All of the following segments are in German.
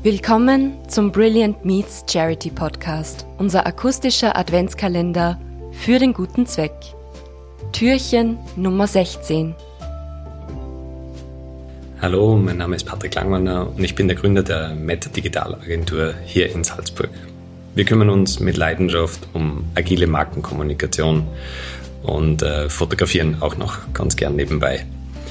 Willkommen zum Brilliant Meets Charity Podcast, unser akustischer Adventskalender für den guten Zweck. Türchen Nummer 16. Hallo, mein Name ist Patrick Langwanner und ich bin der Gründer der Meta Digitalagentur hier in Salzburg. Wir kümmern uns mit Leidenschaft um agile Markenkommunikation und fotografieren auch noch ganz gern nebenbei.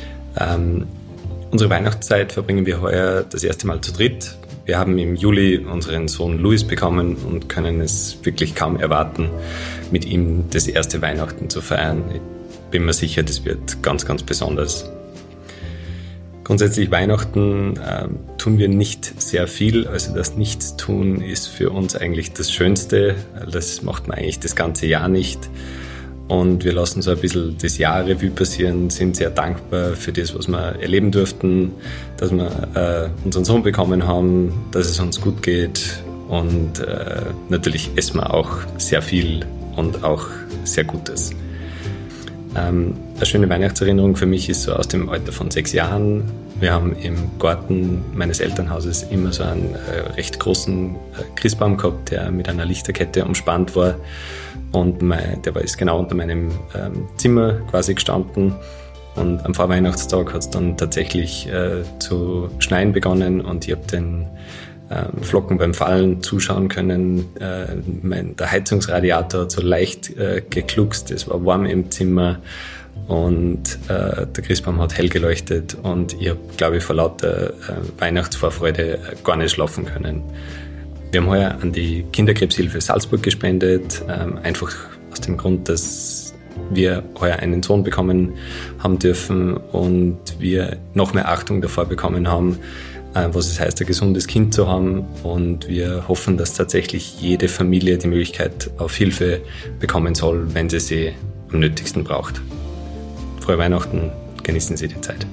Unsere Weihnachtszeit verbringen wir heuer das erste Mal zu dritt. Wir haben im Juli unseren Sohn Luis bekommen und können es wirklich kaum erwarten, mit ihm das erste Weihnachten zu feiern. Ich bin mir sicher, das wird ganz, ganz besonders. Grundsätzlich Weihnachten tun wir nicht sehr viel, also das Nichtstun ist für uns eigentlich das Schönste. Das macht man eigentlich das ganze Jahr nicht. Und wir lassen so ein bisschen das Jahr Revue passieren, sind sehr dankbar für das, was wir erleben durften, dass wir unseren Sohn bekommen haben, dass es uns gut geht und natürlich essen wir auch sehr viel und auch sehr Gutes. Eine schöne Weihnachtserinnerung für mich ist so aus dem Alter von 6 Jahren. Wir haben im Garten meines Elternhauses immer so einen recht großen Christbaum gehabt, der mit einer Lichterkette umspannt war. Und der ist genau unter meinem Zimmer quasi gestanden. Und am Vorweihnachtstag hat es dann tatsächlich zu schneien begonnen und ich habe den Flocken beim Fallen zuschauen können. Der Heizungsradiator hat so leicht gekluckst, es war warm im Zimmer und der Christbaum hat hell geleuchtet und ich habe, glaube ich, vor lauter Weihnachtsvorfreude gar nicht schlafen können. Wir haben heuer an die Kinderkrebshilfe Salzburg gespendet, einfach aus dem Grund, dass wir heuer einen Sohn bekommen haben dürfen und wir noch mehr Achtung davor bekommen haben, was es heißt, ein gesundes Kind zu haben. Und wir hoffen, dass tatsächlich jede Familie die Möglichkeit auf Hilfe bekommen soll, wenn sie am nötigsten braucht. Frohe Weihnachten, genießen Sie die Zeit.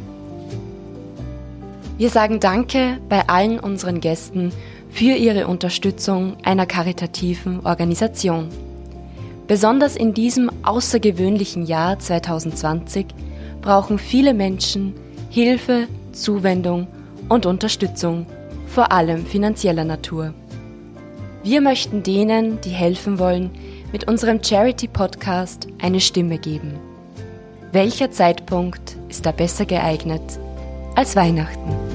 Wir sagen Danke bei allen unseren Gästen für ihre Unterstützung einer karitativen Organisation. Besonders in diesem außergewöhnlichen Jahr 2020 brauchen viele Menschen Hilfe, Zuwendung und Unterstützung, vor allem finanzieller Natur. Wir möchten denen, die helfen wollen, mit unserem Charity-Podcast eine Stimme geben. Welcher Zeitpunkt ist da besser geeignet als Weihnachten?